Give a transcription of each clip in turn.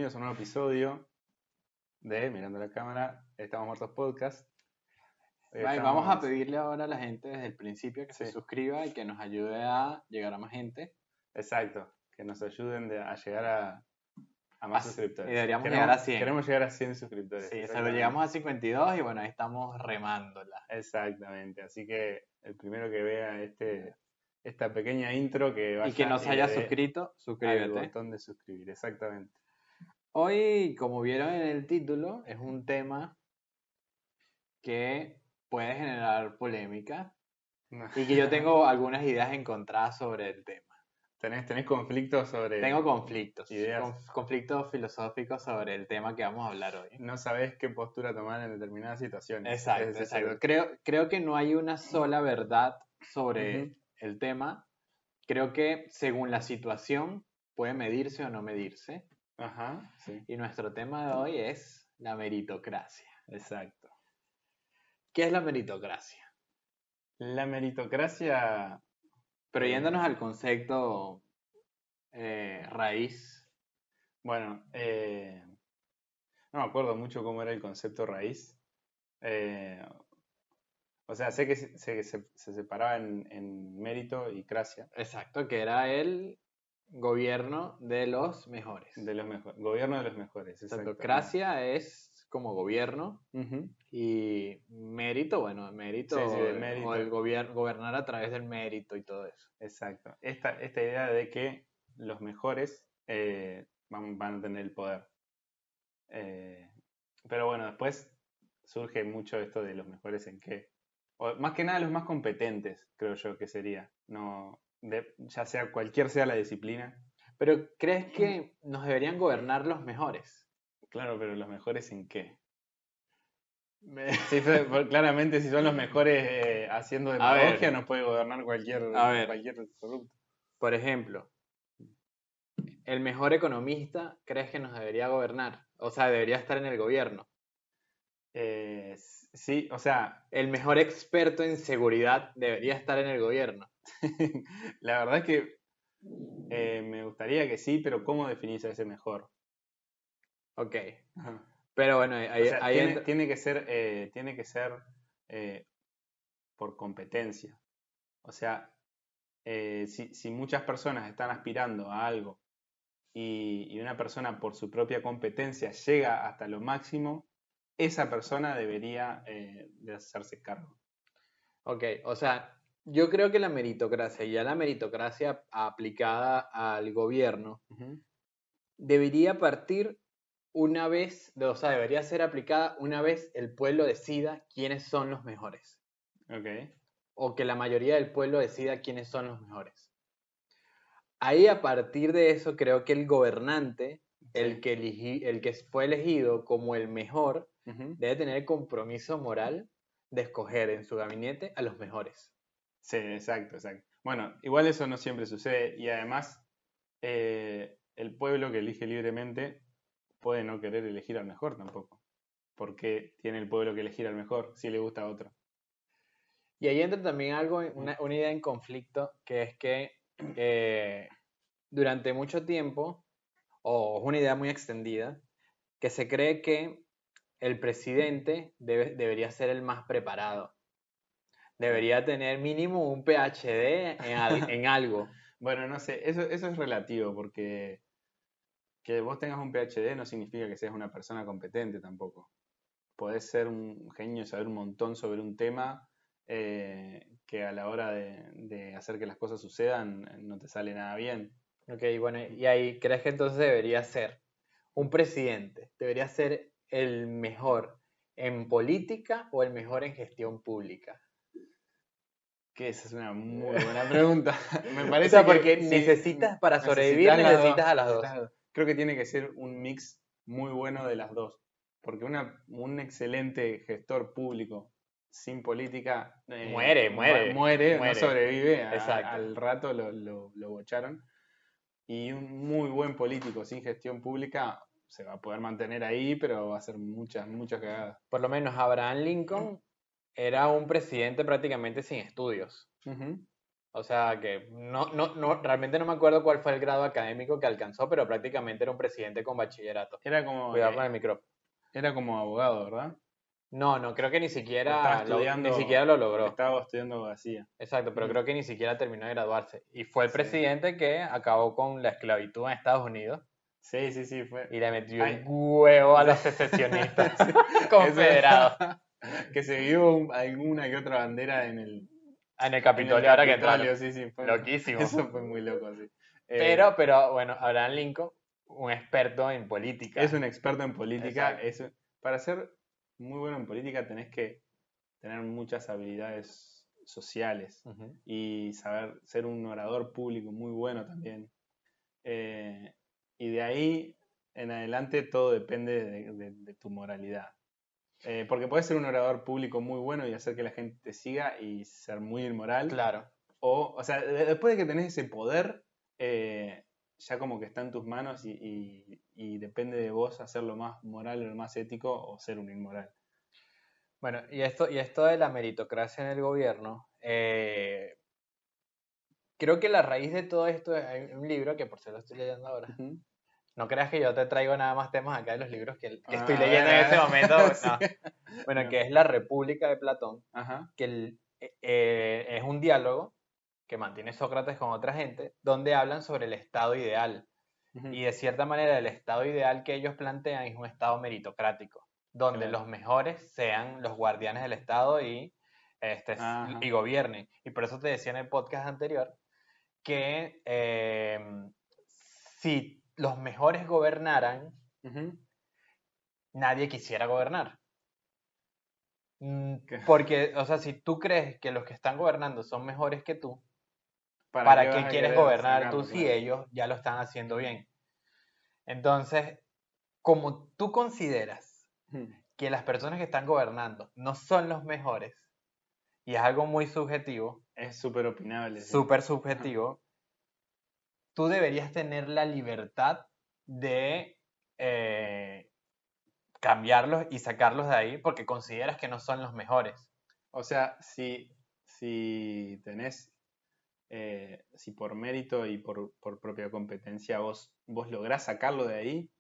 bienvenidos a un nuevo episodio de Mirando la Cámara, Estamos Muertos Podcast. Vamos a pedirle ahora a la gente desde el principio que se Sí. suscriba y que nos ayude a llegar a más gente. Exacto, que nos ayuden a llegar a más suscriptores. Y deberíamos llegar a 100. Queremos llegar a 100 suscriptores. Sí, lo llegamos a 52 y bueno, ahí estamos remándola. Exactamente, así que el primero que vea esta pequeña intro que vaya Y que no se haya le dé suscrito, al suscríbete. botón de suscribir, exactamente. Hoy, como vieron en el título, es un tema que puede generar polémica y que yo tengo algunas ideas encontradas sobre el tema. ¿Tenés conflictos sobre...? Tengo conflictos, ideas. conflictos filosóficos sobre el tema que vamos a hablar hoy. No sabés qué postura tomar en determinadas situaciones. Exacto. Creo que no hay una sola verdad sobre el tema. Creo que según la situación puede medirse o no medirse. Ajá, sí. Y nuestro tema de hoy es la meritocracia. Exacto. ¿Qué es la meritocracia? La meritocracia... Pero yéndonos al concepto raíz. Bueno, no me acuerdo mucho cómo era el concepto raíz. O sea, sé que se separaba en mérito y cracia. Exacto, que era el gobierno de los mejores. De los mejores. Gobierno de los mejores. Exacto, cracia es como gobierno. Uh-huh. Y mérito, bueno, mérito, sí, de mérito. O el gobernar a través del mérito y todo eso. Exacto. Esta idea de que los mejores van a tener el poder. Pero bueno, después surge mucho esto de los mejores en qué. O, más que nada los más competentes, creo yo que sería. No, ya sea cualquier sea la disciplina. Pero ¿crees que nos deberían gobernar los mejores? Claro, pero los mejores en qué. Sí, claramente si son los mejores haciendo demagogia nos puede gobernar cualquier corrupto. Por ejemplo, el mejor economista, ¿crees que nos debería gobernar? O sea, debería estar en el gobierno. Sí, o sea... El mejor experto en seguridad debería estar en el gobierno. La verdad es que me gustaría que sí, pero ¿cómo definís a ese mejor? Ok. Pero bueno, tiene que ser por competencia. O sea, si muchas personas están aspirando a algo y una persona por su propia competencia llega hasta lo máximo, esa persona debería de hacerse cargo. Ok, o sea, yo creo que la meritocracia, ya la meritocracia aplicada al gobierno, debería partir una vez, o sea, debería ser aplicada una vez el pueblo decida quiénes son los mejores. Okay. O que la mayoría del pueblo decida quiénes son los mejores. Ahí, a partir de eso, creo que el gobernante, sí, el que fue elegido como el mejor, debe tener el compromiso moral de escoger en su gabinete a los mejores. Sí, exacto. Bueno, igual eso no siempre sucede y además el pueblo que elige libremente puede no querer elegir al mejor tampoco, porque tiene el pueblo que elegir al mejor si le gusta a otro. Y ahí entra también algo, una idea en conflicto, que es que durante mucho tiempo, o es una idea muy extendida, que se cree que el presidente debería ser el más preparado. Debería tener mínimo un PhD en algo. Bueno, no sé, eso es relativo, porque que vos tengas un PhD no significa que seas una persona competente tampoco. Podés ser un genio y saber un montón sobre un tema que a la hora de hacer que las cosas sucedan no te sale nada bien. Ok, bueno, y ahí, ¿crees que entonces debería ser un presidente? ¿Debería ser el mejor en política o el mejor en gestión pública? Que esa es una muy buena pregunta. Me parece, o sea, porque necesitas, para sobrevivir, necesitas a las dos. Creo que tiene que ser un mix muy bueno de las dos. Porque un excelente gestor público sin política muere, no sobrevive, al rato lo bocharon. Y un muy buen político sin gestión pública se va a poder mantener ahí, pero va a hacer muchas cagadas. Por lo menos Abraham Lincoln era un presidente prácticamente sin estudios. O sea, que realmente no me acuerdo cuál fue el grado académico que alcanzó, pero prácticamente era un presidente con bachillerato. Era como, Cuidado con el micrófono. era como abogado, ¿verdad? No, creo que ni O estaba siquiera ni estudiando, siquiera lo logró. estaba estudiando abogacía. Exacto, pero Ujú. creo que ni siquiera terminó de graduarse. Y fue el Sí, presidente que acabó con la esclavitud en Estados Unidos sí, fue. y le metió el Ay, huevo a sí, los secesionistas sí, eso, confederados que se vio alguna que otra bandera en el en el Capitolio ahora que entraron. Capitolio, sí, Loquísimo. eso fue muy loco, sí. Pero bueno, Abraham Lincoln, un experto en Es política. un experto en política. Exacto. Para ser muy bueno en política tenés que tener muchas habilidades sociales Ujú. y saber ser un orador público muy bueno también. Eh, y de ahí en adelante todo depende de tu moralidad. Porque puedes ser un orador público muy bueno y hacer que la gente te siga y ser muy inmoral. Claro. O sea, después de que tenés ese poder, ya como que está en tus manos y depende de vos hacer lo más moral o lo más ético o ser un inmoral. Bueno, y esto de la meritocracia en el gobierno, creo que la raíz de todo esto hay un libro que por cierto estoy leyendo ahora. Ujú. No creas que yo te traigo nada más temas acá de los libros que estoy A ver, leyendo en ese momento. sí. No. Bueno, No. que es La República de Platón, Ajá. que es un diálogo que mantiene Sócrates con otra gente, donde hablan sobre el estado ideal. Ujú. Y de cierta manera el estado ideal que ellos plantean es un estado meritocrático, donde Claro. los mejores sean los guardianes del estado y Ajá. gobiernen. Y por eso te decía en el podcast anterior que si los mejores gobernaran, Ujú. nadie quisiera gobernar. ¿Qué? Porque, o sea, si tú crees que los que están gobernando son mejores que tú, ¿Para qué ¿para vas qué a quieres querer gobernar tú sacarlo? si Claro. ellos ya lo están haciendo bien? Entonces, como tú consideras Ujú. que las personas que están gobernando no son los mejores, y es algo muy subjetivo, Es súper opinable, sí. súper Ajá. subjetivo, tú deberías tener la libertad de eh, cambiarlos y sacarlos de ahí porque consideras que no son los mejores. O sea, si tenés, si por mérito y por propia competencia vos lográs sacarlo de ahí,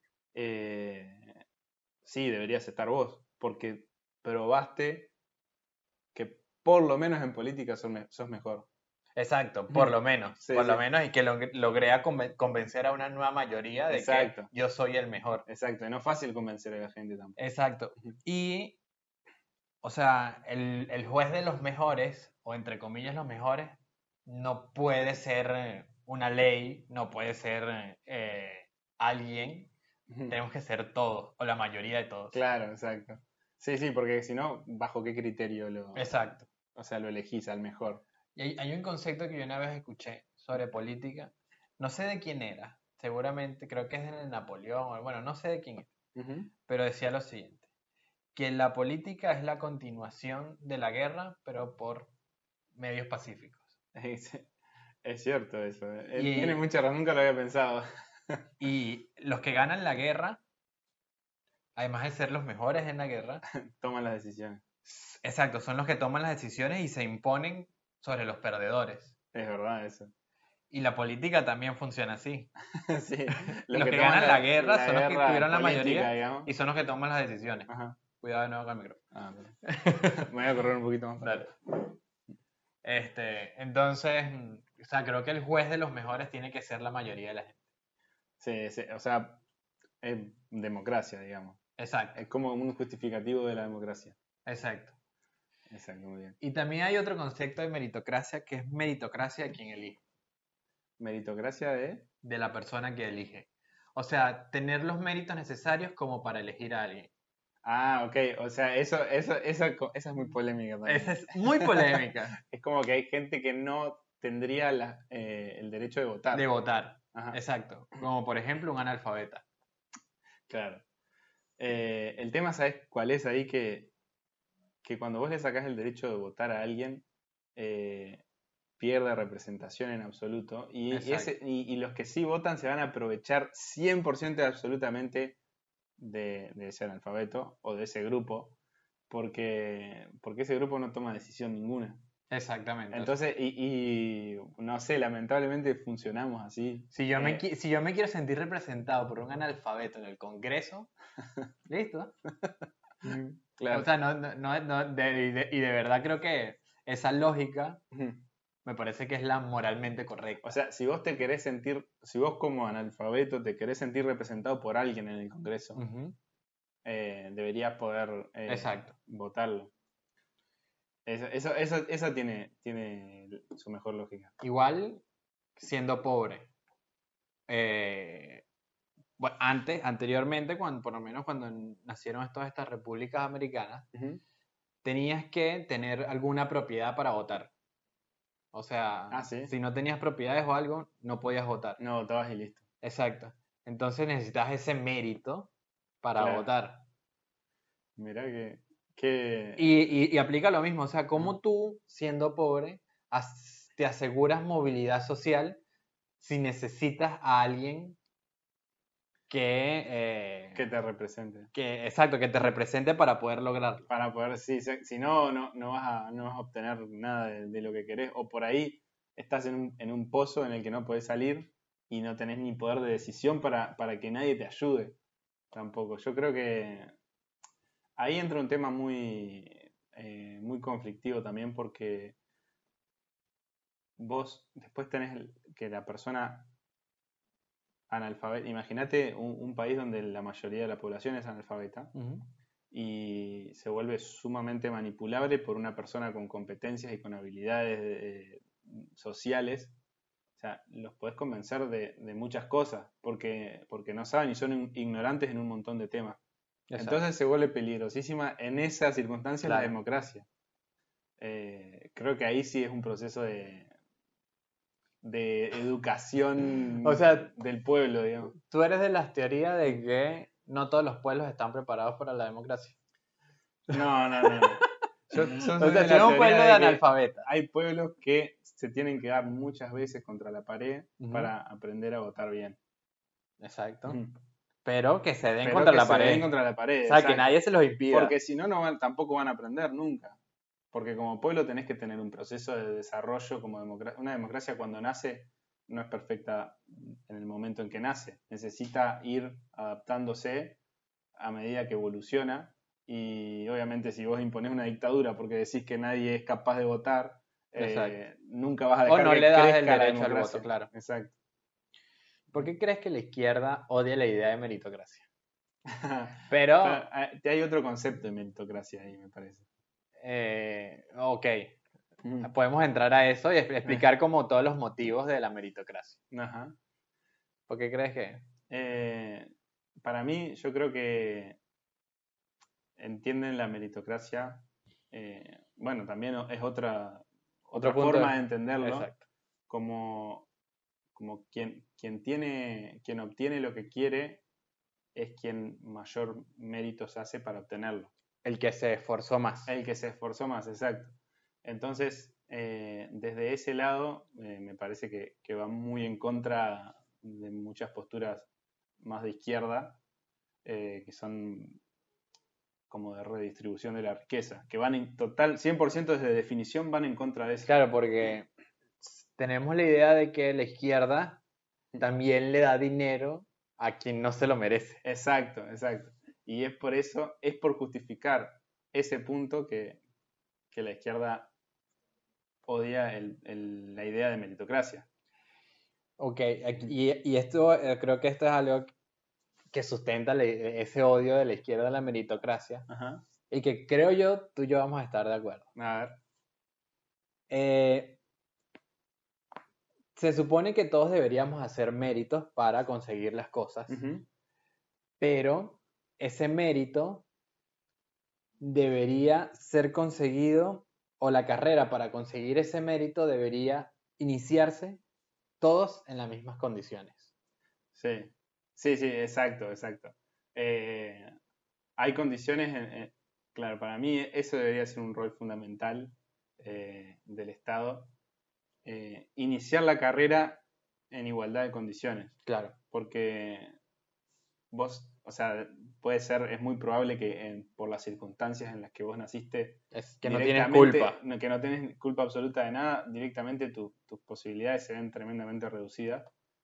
sí, deberías estar vos, porque probaste que por lo menos en política sos mejor. Exacto, Sí, por lo sí, menos, y que logré convencer a una nueva mayoría de que exacto, yo soy el mejor. exacto. Y no es fácil convencer a la gente tampoco. Exacto. Y, o sea, el juez de los mejores, o entre comillas los mejores, no puede ser una ley, no puede ser alguien, tenemos que ser todos, o la mayoría de todos. Claro, exacto. Sí, porque si no, ¿bajo qué criterio Exacto. o sea, lo elegís al mejor? Y hay un concepto que yo una vez escuché sobre política, no sé de quién era, seguramente creo que es de Napoleón, o bueno, no sé de quién era, Ujú. pero decía lo siguiente, que la política es la continuación de la guerra, pero por medios pacíficos. Es, es cierto eso. Él tiene Y, mucha razón, nunca lo había pensado. y los que ganan la guerra, además de ser los mejores en la guerra, Toma las decisiones. exacto, son los que toman las decisiones y se imponen sobre los perdedores. Es verdad eso. Y la política también funciona así. Sí, los Los que que toman ganan la la, guerra la son los que guerra tuvieron la política, mayoría digamos. y son los que toman las decisiones. Ajá. Cuidado de nuevo con el micrófono. Ah, perdón. Me voy a correr un poquito más para Dale. atrás. Entonces, o sea, creo que el juez de los mejores tiene que ser la mayoría de la gente. Sí, o sea, es democracia, digamos. Exacto, Es como un justificativo de la democracia. exacto. Exacto, muy bien. Y también hay otro concepto de meritocracia que es meritocracia de quien elige, Meritocracia de... de la persona que elige. O sea, tener los méritos necesarios como para elegir a alguien. Ah, ok. O sea, esa es muy polémica Esa también. es muy polémica Es como que hay gente que no tendría el derecho de de votar. votar. Ajá, Exacto. Como por ejemplo un analfabeta. claro. El tema, ¿sabes cuál es ahí? Que cuando vos le sacás el derecho de votar a alguien, eh, pierde representación en absoluto. Exacto. Y los que sí votan se van a aprovechar 100% absolutamente de ese analfabeto o de ese grupo, porque ese grupo no toma decisión ninguna. Exactamente. Entonces, y no sé, lamentablemente funcionamos así. Si yo me quiero sentir representado por un analfabeto en el Congreso, listo. O Claro. sea, y de verdad creo que esa lógica Ujú. me parece que es la moralmente O correcta. sea, si vos te querés sentir, si vos como analfabeto te querés sentir representado por alguien en el Congreso, Ujú. deberías poder Exacto. votarlo. Eso tiene su mejor lógica. Igual siendo pobre. Bueno, anteriormente, por lo menos cuando nacieron todas estas repúblicas americanas, Ujú. tenías que tener alguna propiedad para votar. O Ah, sea, sí. si no tenías propiedades o algo, no podías votar. No votabas y listo. Exacto. Entonces necesitas ese mérito para Claro. votar. Mirá que... Y aplica lo mismo. O sea, Ajá. como tú, siendo pobre, te aseguras movilidad social si necesitas a alguien Que te represente. exacto, que te represente para poder lograrlo. Para poder, sí, si no, no vas a obtener nada de lo que querés. O por ahí estás en un pozo en el que no podés salir y no tenés ni poder de decisión para que nadie te ayude. Tampoco. Yo creo que ahí entra un tema muy conflictivo también porque vos después tenés que la persona analfabeta, imagínate un país donde la mayoría de la población es analfabeta Ujú. y se vuelve sumamente manipulable por una persona con competencias y con habilidades sociales. O sea, los podés convencer de muchas cosas porque no saben y son ignorantes en un montón de temas. Exacto. Entonces se vuelve peligrosísima en esa circunstancia la Claro. democracia. Creo que ahí sí es un proceso de educación O sea, del pueblo, digamos. tú eres de las teorías de que no todos los pueblos están preparados para la democracia. No. Yo O soy sea, de si la es un teoría pueblo de de que analfabetas. hay pueblos que se tienen que dar muchas veces contra la pared Ujú. para aprender a votar bien. Exacto. Ujú. Pero que se den Pero contra que la se den pared. contra la O pared, sea, que exacto. nadie se los impida. Porque si no, tampoco van a aprender nunca. Porque como pueblo tenés que tener un proceso de desarrollo como democracia. Una democracia cuando nace no es perfecta en el momento en que nace. Necesita ir adaptándose a medida que evoluciona. Y obviamente si vos imponés una dictadura porque decís que nadie es capaz de votar, Exacto. nunca vas a O dejar no le que das el crezca la derecho al voto, democracia. claro. Exacto. ¿Por qué crees que la izquierda odia la idea de meritocracia? Pero, Pero, hay otro concepto de meritocracia ahí, me parece. ok, Mm. podemos entrar a eso y explicar como todos los motivos de la meritocracia. Ajá. ¿Por qué crees que? Eh, para mí, yo creo que entienden la meritocracia. Bueno, también es Otro otra punto forma de entenderlo, exacto. como, como quien obtiene lo que quiere es quien mayor mérito se hace para obtenerlo. El que se esforzó más. El que se esforzó más, exacto. Entonces, desde ese lado, me parece que va muy en contra de muchas posturas más de izquierda, que son como de redistribución de la riqueza, que van en total, 100% desde definición van en contra de eso. Claro, porque tenemos la idea de que la izquierda también le da dinero a quien no se lo merece. Exacto. Y es por eso, es por justificar ese punto que la izquierda odia la idea de meritocracia. Ok, y esto, creo que esto es algo que sustenta ese odio de la izquierda a la meritocracia Ajá. y que creo yo, tú y yo vamos a estar de acuerdo. A ver. Eh, Se supone que todos deberíamos hacer méritos para conseguir las cosas, Ujú. pero ese mérito debería ser conseguido o la carrera para conseguir ese mérito debería iniciarse todos en las mismas condiciones. Sí, exacto. Eh, hay condiciones, claro, para mí eso debería ser un rol fundamental del Estado, iniciar la carrera en igualdad de condiciones, Claro. porque vos, o sea, puede ser, es muy probable que por las circunstancias en las que vos naciste, Es que no tienes directamente, culpa. que no tenés culpa absoluta de nada, directamente tus posibilidades se ven tremendamente reducidas,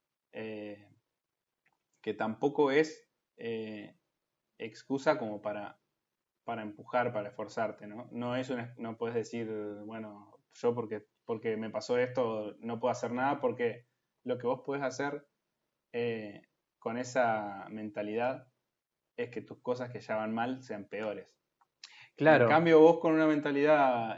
que tampoco es excusa como para empujar, para esforzarte, ¿no? No puedes decir, bueno, yo porque me pasó esto no puedo hacer nada, porque lo que vos podés hacer con esa mentalidad es que tus cosas que ya van mal sean peores. En Claro, cambio, vos con una mentalidad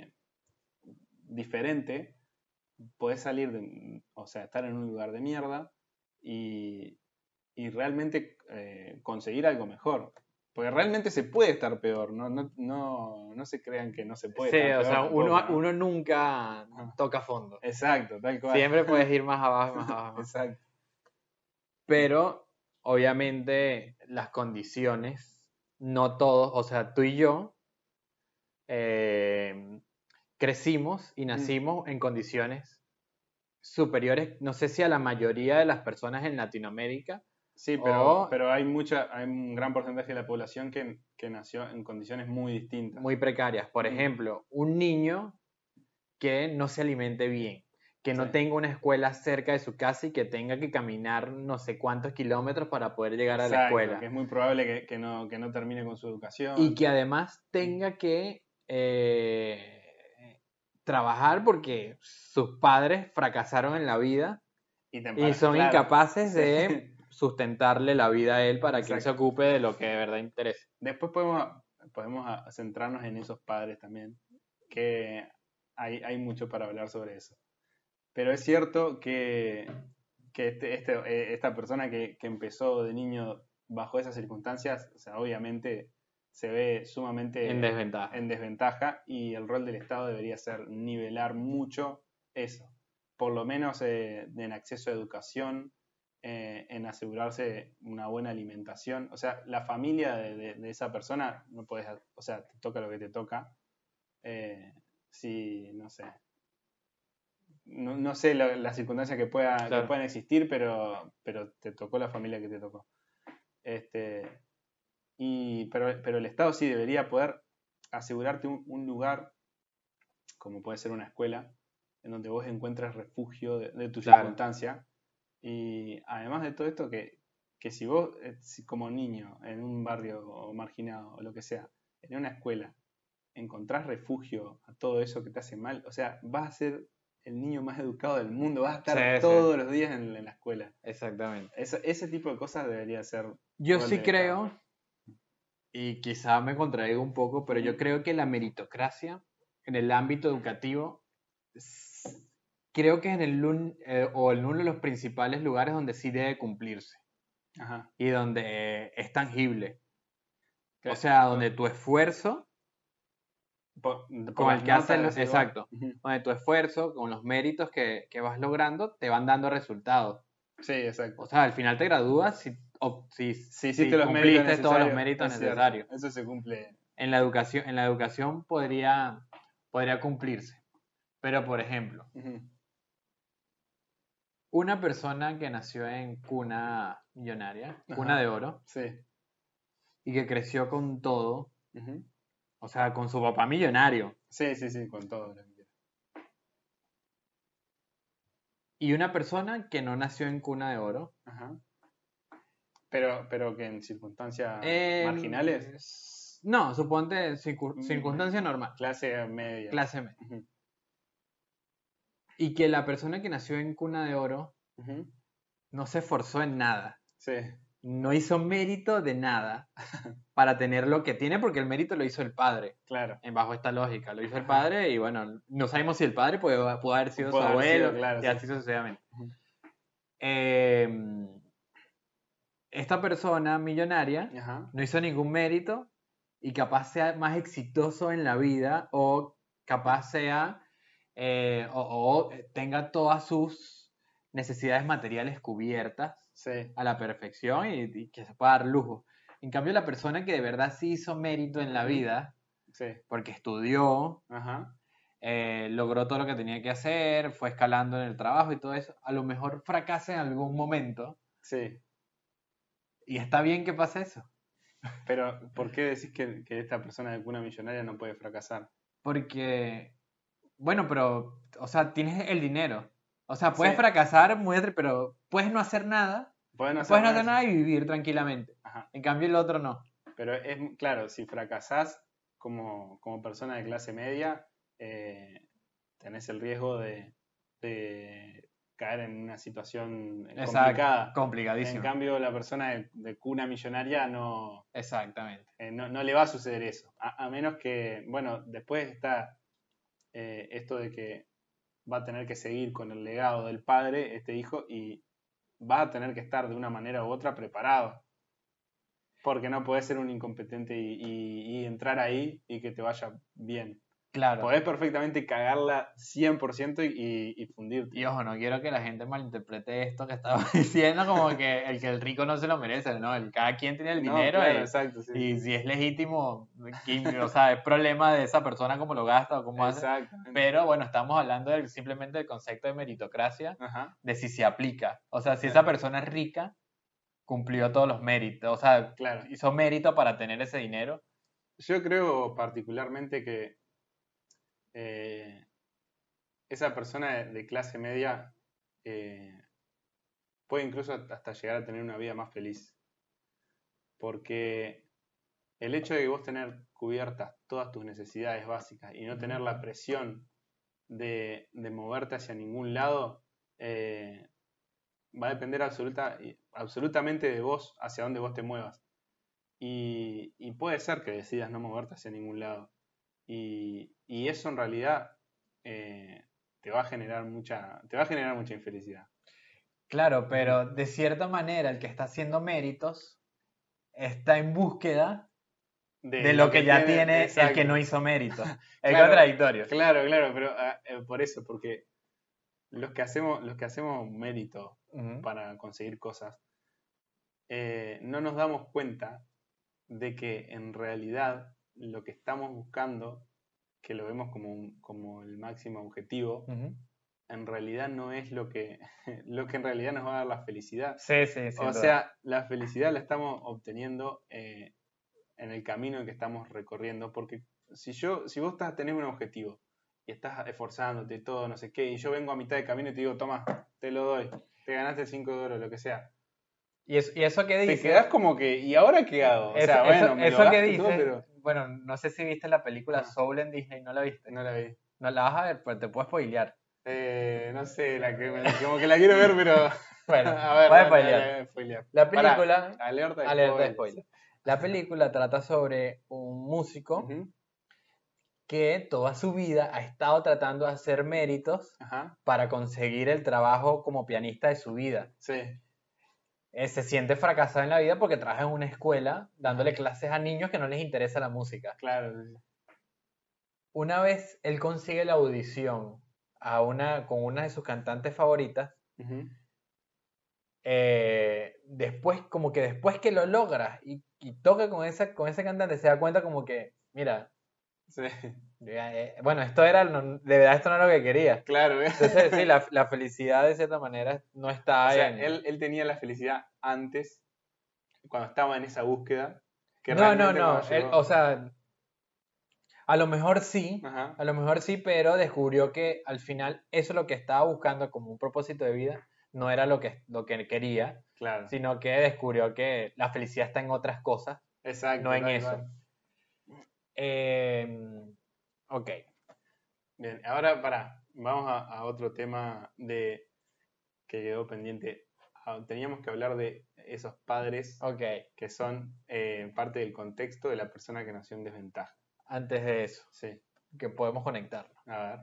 diferente, podés salir o sea, estar en un lugar de mierda y, realmente conseguir algo mejor. Porque realmente se puede estar peor, no se crean que no se puede sí, estar o peor sea, tampoco, ¿no? uno nunca Ajá. toca fondo. Exacto, tal cual. Siempre puedes ir más abajo, más abajo. Exacto. Pero, obviamente, las condiciones, no todos, o sea, tú y yo eh, crecimos y Mm. nacimos en condiciones superiores, no sé si a la mayoría de las personas en Latinoamérica Sí, o pero hay un gran porcentaje de la población que nació en condiciones muy distintas. muy precarias. Por Mm. ejemplo, un niño que no se alimente bien, que Sí. no tenga una escuela cerca de su casa y que tenga que caminar no sé cuántos kilómetros para poder llegar a la Exacto, que escuela. es muy probable que no termine con su Y educación. que además tenga que trabajar porque sus padres fracasaron en la vida y son Claro, incapaces sí, de sustentarle la vida a él para que él se exacto. ocupe de lo que de verdad interesa. Después podemos centrarnos en esos padres también, que hay mucho para hablar sobre eso. Pero es cierto que esta persona que empezó de niño bajo esas circunstancias, o sea, obviamente se ve En sumamente desventaja. en desventaja y el rol del Estado debería ser nivelar mucho eso, por lo menos en acceso a educación, en asegurarse una buena alimentación. O sea, la familia de esa persona, no puedes, o sea, te toca lo que te toca. Si, no sé, no sé las circunstancias que Claro. puedan existir, pero te tocó la familia que te tocó. Este, pero el Estado sí debería poder asegurarte un lugar, como puede ser una escuela, en donde vos encuentres refugio de tu Claro. circunstancia. Y además de todo esto, que si vos, si como niño, en un barrio marginado o lo que sea, en una escuela, encontrás refugio a todo eso que te hace mal, o sea, vas a ser el niño más educado del mundo, vas a Sí, estar sí, todos los días en la escuela. exactamente. Ese tipo de cosas debería ser Yo rol sí del Estado. creo, y quizá me contradigo un poco, pero yo Ujú. creo que la meritocracia en el ámbito educativo, creo que es o en uno de los principales lugares donde sí debe cumplirse Ajá. y donde es tangible. O Que- sea, por, donde tu esfuerzo, por- por con las el que haces, notas, decís vos. exacto, Ujú. donde tu esfuerzo, con los méritos que vas logrando, te van dando resultados. Sí, O exacto. sea, al final te gradúas Si hiciste si los méritos cumpliste todos los necesarios, méritos es cierto. necesarios. Eso se cumple. En la educación podría cumplirse. Pero, por ejemplo, Ujú. una persona que nació en cuna millonaria, cuna de Ajá. oro, Sí. y que creció con todo, Ujú. o sea, con su papá millonario, Sí, sí, sí, con todo lo que quieras. y una persona que no nació en cuna de oro, Ajá. Pero que en circunstancias em, marginales, no, suponte mm, circunstancia normal, clase media. clase media, Ujú. y que la persona que nació en cuna de oro Ujú. no se esforzó en nada, Sí, no hizo mérito de nada para tener lo que tiene, porque el mérito lo hizo el padre. claro. Bajo esta lógica, lo hizo el Ajá. padre y bueno, no sabemos si el padre pudo haber sido su Puede haber sido, abuelo claro, y sí. así sucesivamente. Ujú. Eh, Esta persona millonaria Ajá. no hizo ningún mérito y capaz sea más exitoso en la vida o capaz sea o tenga todas sus necesidades materiales cubiertas Sí, a la perfección y que se pueda dar lujo. En cambio, la persona que de verdad sí hizo mérito en la ujú, vida, sí, porque estudió, ajá, logró todo lo que tenía que hacer, fue escalando en el trabajo y todo eso, a lo mejor fracasa en algún momento, sí, Y está bien que pase eso. Pero, ¿por qué decís que esta persona de cuna millonaria no puede fracasar? Porque, bueno, pero, o sea, tienes el dinero. O sea, Sí, puedes fracasar, pero puedes no hacer nada. puede no hacer Puedes no nada. hacer nada y vivir tranquilamente. Ajá. En cambio, el otro no. Pero es claro, si fracasás como persona de clase media, tenés el riesgo de caer en una situación Exacto, complicada. En complicadísimo. cambio, la persona de cuna millonaria no, Exactamente. no le va a suceder eso. A menos que, bueno, después está esto de que va a tener que seguir con el legado del padre, este hijo, y va a tener que estar de una manera u otra preparado. Porque no podés ser un incompetente y entrar ahí y que te vaya bien. Claro. Podés perfectamente cagarla 100% y fundirte. Y ojo, no quiero que la gente malinterprete esto que estaba diciendo como que el rico no se lo merece, ¿no? Cada quien tiene el No, dinero claro, exacto, sí, y sí. si es legítimo, o sea, es problema de esa persona cómo lo gasta o cómo hace. Exactamente. Pero bueno, estamos hablando simplemente del concepto de meritocracia, Ajá, de si se aplica. O sea, si esa claro, persona es rica, cumplió todos los méritos, o sea, claro. hizo mérito para tener ese dinero. Yo creo particularmente que eh, esa persona de clase media eh, puede incluso hasta llegar a tener una vida más feliz. Porque el hecho de que vos tener cubiertas todas tus necesidades básicas y no tener la presión de moverte hacia ningún lado, va a depender absolutamente de vos, hacia dónde vos te muevas. Y puede ser que decidas no moverte hacia ningún lado. Y eso en realidad te va a generar mucha infelicidad. Claro, pero de cierta manera el que está haciendo méritos está en búsqueda de lo que ya tiene el que exacto. no hizo méritos. Es Claro, contradictorio. claro, pero por eso, porque los que hacemos mérito Ujú, para conseguir cosas, no nos damos cuenta de que en realidad lo que estamos buscando, que lo vemos como el máximo objetivo, ujú. en realidad no es lo que, lo que en realidad nos va a dar la felicidad. Sí, sí, sin O duda. sea, la felicidad la estamos obteniendo en el camino que estamos recorriendo, porque si vos tenés un objetivo y estás esforzándote y todo, no sé qué, y yo vengo a mitad de camino y te digo, toma, te lo doy, te ganaste $5, lo que sea. Y eso que Te dice, quedás como que, ¿y ahora qué hago? O sea, bueno, me lo eso que gasto todo, dice, pero bueno, no sé si viste la película ah, Soul en Disney, ¿no la viste? no la vi. No la vas a ver, pues te puedo spoilear. No sé, como que la quiero ver, pero Bueno, a ver, voy a dale, spoilear. dale, spoilear. La Pará, película, alerta de alerta de spoilers. spoiler. La película trata sobre un músico Ujú, que toda su vida ha estado tratando de hacer méritos ajá, para conseguir el trabajo como pianista de su vida. sí, Se siente fracasado en la vida porque trabaja en una escuela dándole ajá, clases a niños que no les interesa la música. claro, sí, Una vez él consigue la audición con una de sus cantantes favoritas, sí. Ujú, como que después que lo logra y toca con ese cantante, se da cuenta como que, mira, sí, bueno, de verdad esto no es lo que quería. claro. Entonces, sí, la felicidad de cierta manera no O está sea, en... él tenía la felicidad antes, cuando estaba en esa búsqueda, que No, no, realmente no. cuando O llegó. sea, Ajá, a lo mejor sí, pero descubrió que al final eso lo que estaba buscando como un propósito de vida no era lo que quería, claro, sino que descubrió que la felicidad está en otras cosas, no exacto, en tal eso. cual. Ok, Bien, ahora vamos a otro tema que quedó pendiente. Teníamos que hablar de esos padres ok. que son parte del contexto de la persona que nació en desventaja. Antes de eso, Sí, que podemos conectarlo. a ver.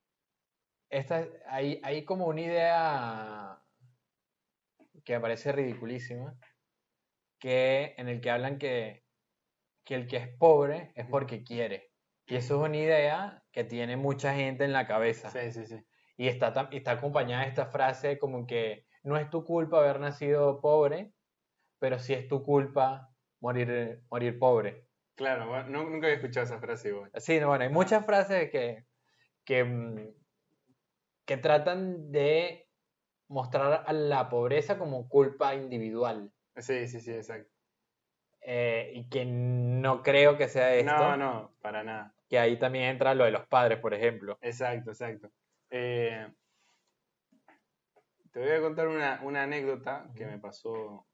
Hay como una idea que me parece ridiculísima, en el que hablan que el que es pobre es Ujú. porque quiere. Y eso es una idea que tiene mucha gente en la cabeza. Sí, sí, sí. Y está acompañada de esta frase como que no es tu culpa haber nacido pobre, pero sí es tu culpa morir pobre. Claro, bueno, nunca había escuchado esa frase igual. Sí, no, bueno, hay Ajá, muchas frases que, mm, que tratan de mostrar a la pobreza como culpa individual. Sí, sí, sí, exacto. Y que no creo que sea esto, No, para nada. que ahí también entra lo de los padres, por ejemplo. Exacto, exacto. Eh, Te voy a contar una anécdota que me pasó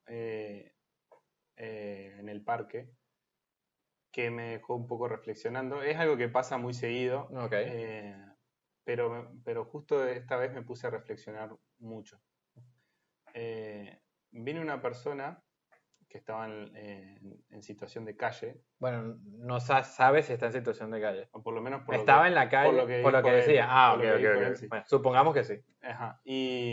en el parque, que me dejó un poco reflexionando. Es algo que pasa muy seguido, Ok. pero justo esta vez me puse a reflexionar mucho. Vino una persona que estaba en situación de calle, Bueno, no sabe si está en situación de calle. o por lo menos Estaba en la por calle, lo que por lo que dijo él, decía. Ah, por ok, lo que ok, dijo él, ok. sí. Bueno, supongamos que sí. Ajá.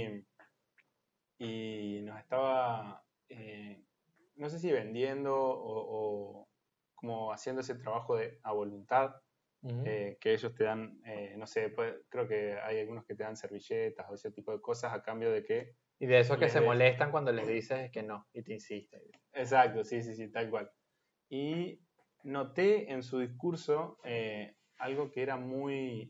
Y nos estaba, no sé si vendiendo o como haciendo ese trabajo a voluntad, Ujú. que ellos te dan, no sé, creo que hay algunos que te dan servilletas o ese tipo de cosas a cambio de que Y de esos que les se des. molestan cuando les dices que no y te insisten. Exacto, sí, sí, sí, tal cual. Y noté en su discurso algo que era muy,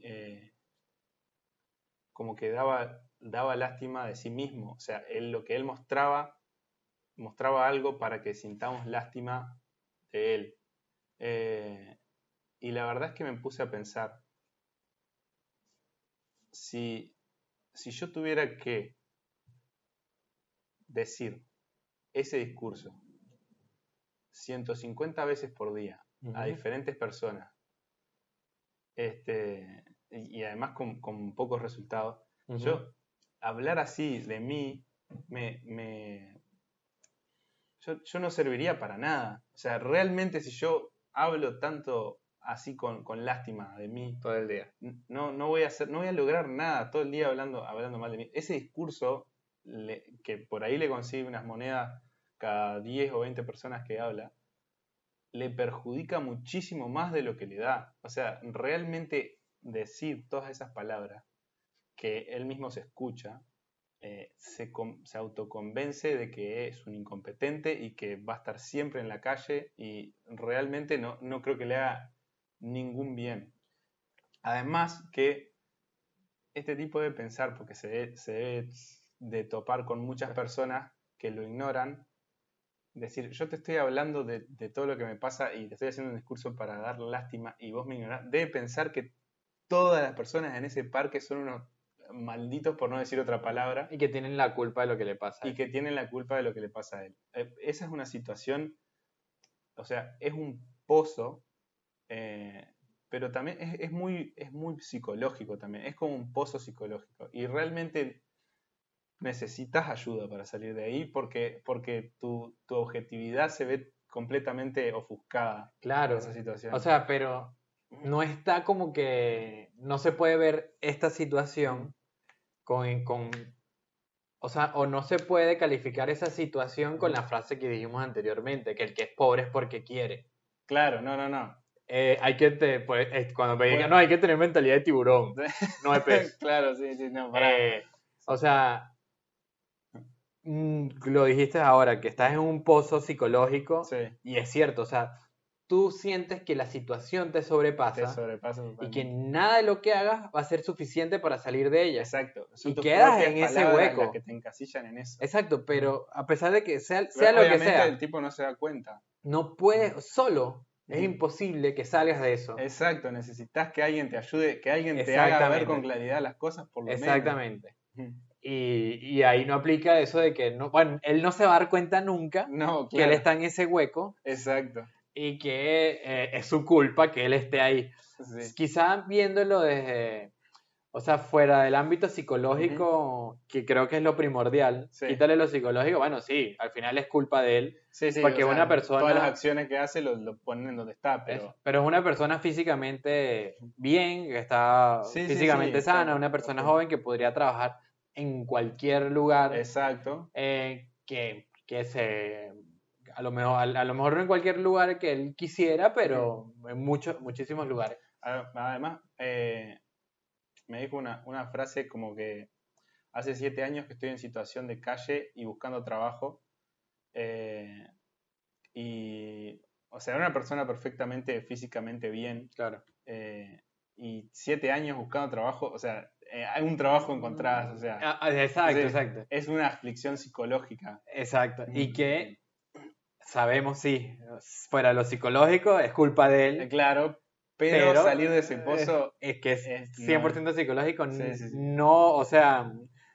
como que daba lástima de sí mismo. O sea, lo que él mostraba algo para que sintamos lástima de él. Y la verdad es que me puse a pensar, si yo tuviera que decir ese discurso 150 veces por día a Ujú, diferentes personas, y además con pocos resultados, ujú. yo hablar así de mí, me, me- yo no serviría para nada. O sea, realmente si yo hablo tanto así con lástima de mí, Todo el día. no voy a hacer, no voy a lograr nada todo el día hablando mal de mí. Ese discurso que por ahí le consigue unas monedas cada 10 o 20 personas que habla, le perjudica muchísimo más de lo que le da. O sea, realmente decir todas esas palabras que él mismo se escucha, se autoconvence de que es un incompetente y que va a estar siempre en la calle y realmente no creo que le haga ningún bien. Además que este tipo de pensar, porque se debe de topar con muchas personas que lo ignoran, decir, yo te estoy hablando de todo lo que me pasa y te estoy haciendo un discurso para dar lástima y vos me ignorás, debe pensar que todas las personas en ese parque son unos malditos, por no decir otra palabra, Y que tienen la culpa de lo que le pasa a y él. que tienen la culpa de lo que le pasa a él. Esa es una situación, o sea, es un pozo, eh, pero también es muy psicológico también, es como un pozo psicológico. Y realmente necesitas ayuda para salir de ahí porque tu objetividad se ve completamente ofuscada en esa Claro. O situación. sea, pero no está como que no se puede ver esta situación con, o sea, o no se puede calificar esa situación con la frase que dijimos anteriormente, que el que es pobre es porque quiere. Claro, no. Pues, cuando me digan, Pues, no, hay que tener mentalidad de tiburón, no de pez. claro, sí, sí, no, pará. Eh, o sea, lo dijiste ahora, que estás en un pozo psicológico Sí, y es cierto, o sea, tú sientes que la situación te te sobrepasa sobrepasa y que totalmente. nada de lo que hagas va a ser suficiente para salir de ella. Exacto, son Y tus quedas propias en ese palabras las que hueco. te encasillan en eso. Exacto, pero a pesar de que sea Pero lo que obviamente el sea, tipo no se da cuenta. no puedes, solo es Ujú. imposible que salgas de eso. Exacto, necesitas que alguien te ayude, que alguien te haga ver con Exactamente, claridad las cosas, por lo menos. exactamente. Ujú. Y ahí no aplica eso de que, no, bueno, él no se va a dar cuenta nunca No, que él claro, está en ese hueco exacto. y que es su culpa que él esté ahí. Sí. Quizá viéndolo desde, o sea, fuera del ámbito Ujú. psicológico, que creo que es lo primordial, Sí. quítale lo psicológico, bueno, sí, al final es culpa de él, Sí, sí, o porque una sea, todas las persona, acciones que hace lo ponen en donde está, pero pero es una persona físicamente bien, que está sí, sí, sí, físicamente está sana, una persona perfecto. joven que podría trabajar en cualquier lugar, Exacto. que se, a lo mejor no en cualquier lugar que él quisiera, Ujú. pero en muchísimos lugares. Además, me dijo una frase como que hace 7 años que estoy en situación de calle y buscando trabajo. eh, y, o sea, era una persona perfectamente físicamente bien. Claro. eh, y 7 años buscando trabajo, o sea, hay un trabajo encontrado, o sea, Exacto, sí, exacto. es una aflicción psicológica. Exacto. Y Ujú. que sabemos, sí, fuera de lo psicológico, es culpa de él, Claro, pero salir de ese eh, pozo es que es no 100% psicológico, sí, sí, sí. no, o sea,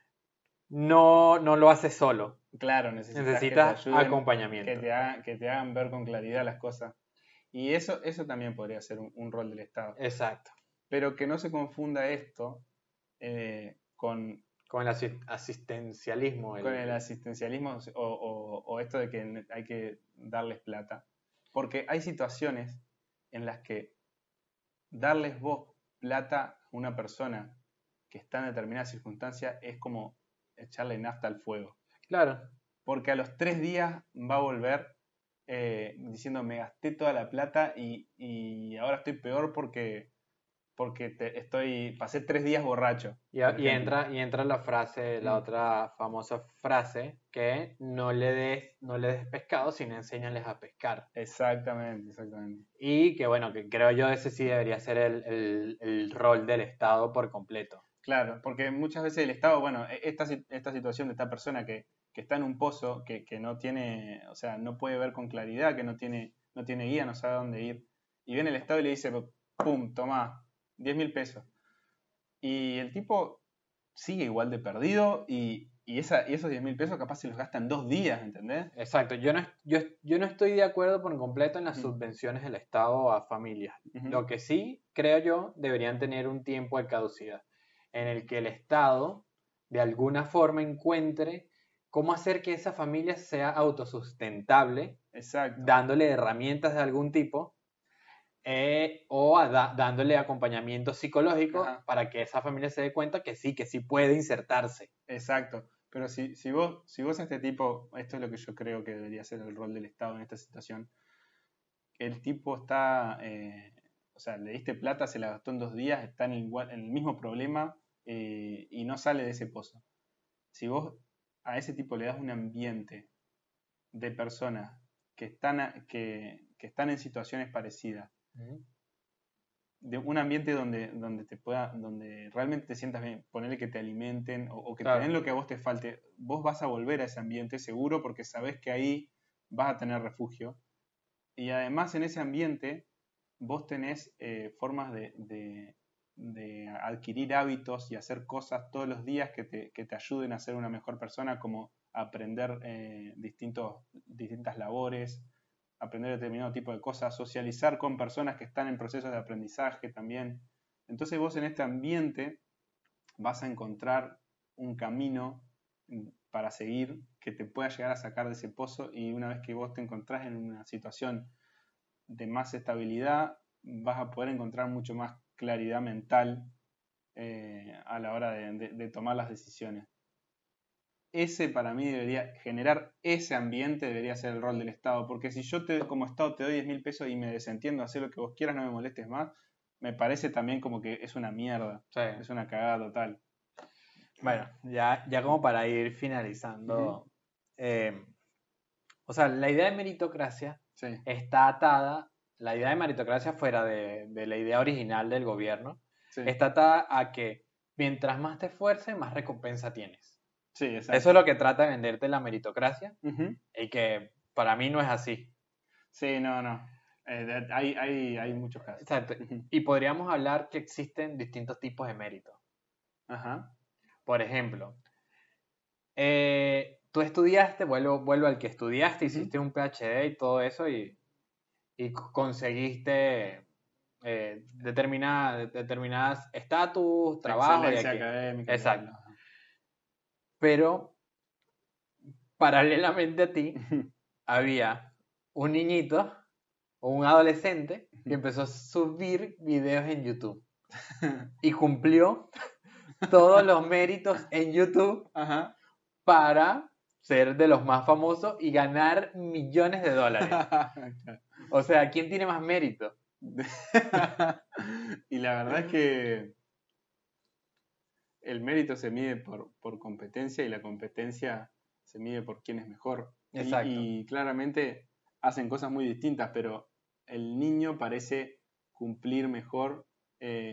no lo hace solo. Claro, necesitas que te Necesitas ayuden, acompañamiento. que te hagan ver con claridad las cosas. Y eso también podría ser un rol del Estado. Exacto. Pero que no se confunda esto con Con el asistencialismo, con el asistencialismo o esto de que hay que darles plata. Porque hay situaciones en las que darles vos plata a una persona que está en determinada circunstancia es como echarle nafta al fuego. Claro. Porque a los 3 días va a volver diciendo me gasté toda la plata y ahora estoy peor porque pasé 3 días borracho, por ejemplo. Y entra la frase, la Mm. otra famosa frase, que no le des pescado, sino enséñales a pescar. Exactamente, exactamente. Y que bueno, que creo yo ese sí debería ser el rol del Estado por completo. Claro, porque muchas veces el Estado, bueno, esta situación de esta persona que está en un pozo, que no tiene, o sea, no puede ver con claridad, que no tiene guía, no sabe a dónde ir, y viene el Estado y le dice, pum, tomá, 10.000 pesos. Y el tipo sigue igual de perdido y esos 10.000 pesos capaz se los gasta en 2 días, ¿entendés? Exacto, yo no estoy de acuerdo por completo en las Ujú, subvenciones del Estado a familias. ujú. Lo que sí, creo yo, deberían tener un tiempo de caducidad, en el que el Estado, de alguna forma, encuentre cómo hacer que esa familia sea autosustentable, Exacto. dándole herramientas de algún tipo, dándole acompañamiento psicológico Ajá. para que esa familia se dé cuenta que sí puede insertarse. Exacto. Pero si vos a este tipo, esto es lo que yo creo que debería ser el rol del Estado en esta situación, el tipo está, o sea, le diste plata, se la gastó en 2 días, está en el mismo problema y no sale de ese pozo. Si vos a ese tipo le das un ambiente de personas que están en situaciones parecidas, Ujú. de un ambiente donde realmente te sientas bien, ponerle que te alimenten o que te den Claro. lo que a vos te falte, vos vas a volver a ese ambiente seguro porque sabés que ahí vas a tener refugio. Y además en ese ambiente vos tenés formas de adquirir hábitos y hacer cosas todos los días que te ayuden a ser una mejor persona, como aprender distintas labores, aprender determinado tipo de cosas, socializar con personas que están en procesos de aprendizaje también. Entonces vos en este ambiente vas a encontrar un camino para seguir que te pueda llegar a sacar de ese pozo y una vez que vos te encontrás en una situación de más estabilidad, vas a poder encontrar mucho más claridad mental a la hora de tomar las decisiones. Ese para mí debería generar ese ambiente, debería ser el rol del Estado, porque si yo como Estado te doy 10.000 pesos y me desentiendo, hacer lo que vos quieras, no me molestes más, me parece también como que es una mierda, Sí. es una cagada total. Bueno, ya como para ir Ujú. finalizando, eh, o sea, la idea de meritocracia Sí, está atada, la idea de meritocracia fuera de la idea original del gobierno, sí, está atada a que mientras más te esfuerces, más recompensa tienes. sí, Eso es exacto. lo que trata de venderte la meritocracia Ujú. y que para mí no es así. Sí, no, no. Hay muchos casos. Exacto. Ujú. Y podríamos hablar que existen distintos tipos de mérito. Ajá. Por ejemplo, tú estudiaste, vuelvo al que estudiaste, Ujú. hiciste un PhD y todo eso y conseguiste determinadas estatus, trabajo y Excelencia aquí. académica, bla, Exacto. bla, bla. Pero paralelamente a ti Ujú. había un niñito o un adolescente que Ujú. empezó a subir videos en YouTube y cumplió todos los méritos en YouTube Ajá. para ser de los más famosos y ganar millones de dólares. O sea, ¿quién tiene más mérito? Y la verdad es que el mérito se mide por competencia y la competencia se mide por quién es mejor. Exacto. Y claramente hacen cosas muy distintas, pero el niño parece cumplir mejor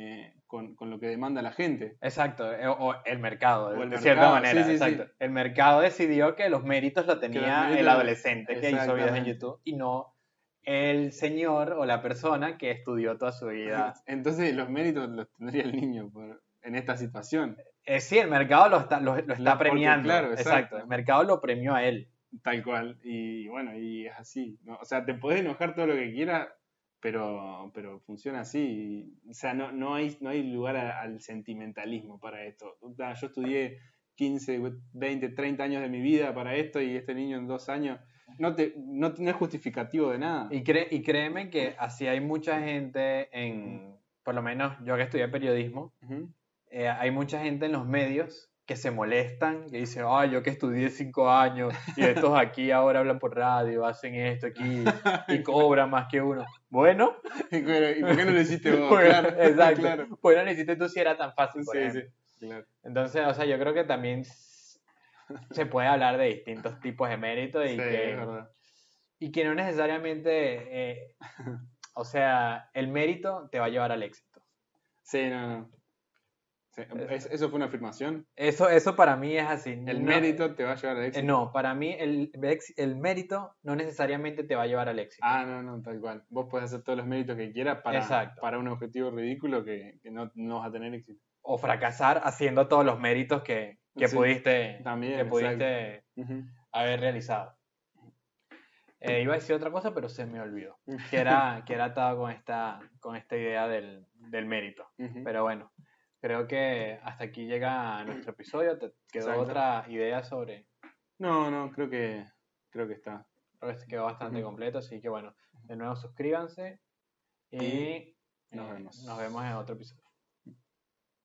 con lo que demanda la gente. Exacto, o el mercado, O el de cierta mercado, manera, sí, sí, sí. exacto. El mercado decidió que los méritos lo tenía méritos el lo- adolescente que hizo videos en Exactamente. YouTube y no el señor o la persona que estudió toda su vida. Entonces los méritos los tendría el niño en esta situación. Sí, el mercado lo está Porque, premiando, claro, exacto. El mercado lo premió a él. Tal cual. Y bueno, y es así, ¿no? O sea, te podés enojar todo lo que quieras, pero funciona así. O sea, no hay lugar al sentimentalismo para esto. Yo estudié 15, 20, 30 años de mi vida para esto y este niño en 2 años no es justificativo de nada. Y créeme que así hay mucha gente por lo menos yo que estudié periodismo, Ujú. hay mucha gente en los medios que se molestan, que dicen, ay, yo que estudié 5 años y estos aquí ahora hablan por radio, hacen esto aquí y cobran más que uno. Bueno, ¿Y por qué no lo hiciste vos? pues, Claro, exacto. claro. Pues no lo hiciste tú si era tan fácil, por Sí, ejemplo. sí, claro. Entonces, o sea, yo creo que también se puede hablar de distintos tipos de méritos Sí, es verdad. y que no necesariamente, o sea, el mérito te va a llevar al éxito. Sí, no. Sí, ¿eso fue una afirmación? Eso para mí es así. El No, mérito te va a llevar al éxito. no, para mí el mérito no necesariamente te va a llevar al éxito. Ah, no, tal cual. Vos podés hacer todos los méritos que quieras Exacto. para un objetivo ridículo que no vas a tener éxito. O fracasar haciendo todos los méritos que Sí, pudiste, también, Ujú. haber realizado. Iba a decir otra cosa, pero se me olvidó. Que era atado con esta idea del mérito. Ujú. Pero bueno, creo que hasta aquí llega nuestro episodio. ¿Te quedó Exacto. otra idea sobre? No, creo que está. Creo que quedó bastante Ujú. completo, así que bueno, de nuevo suscríbanse y Nos vemos. nos vemos en otro episodio.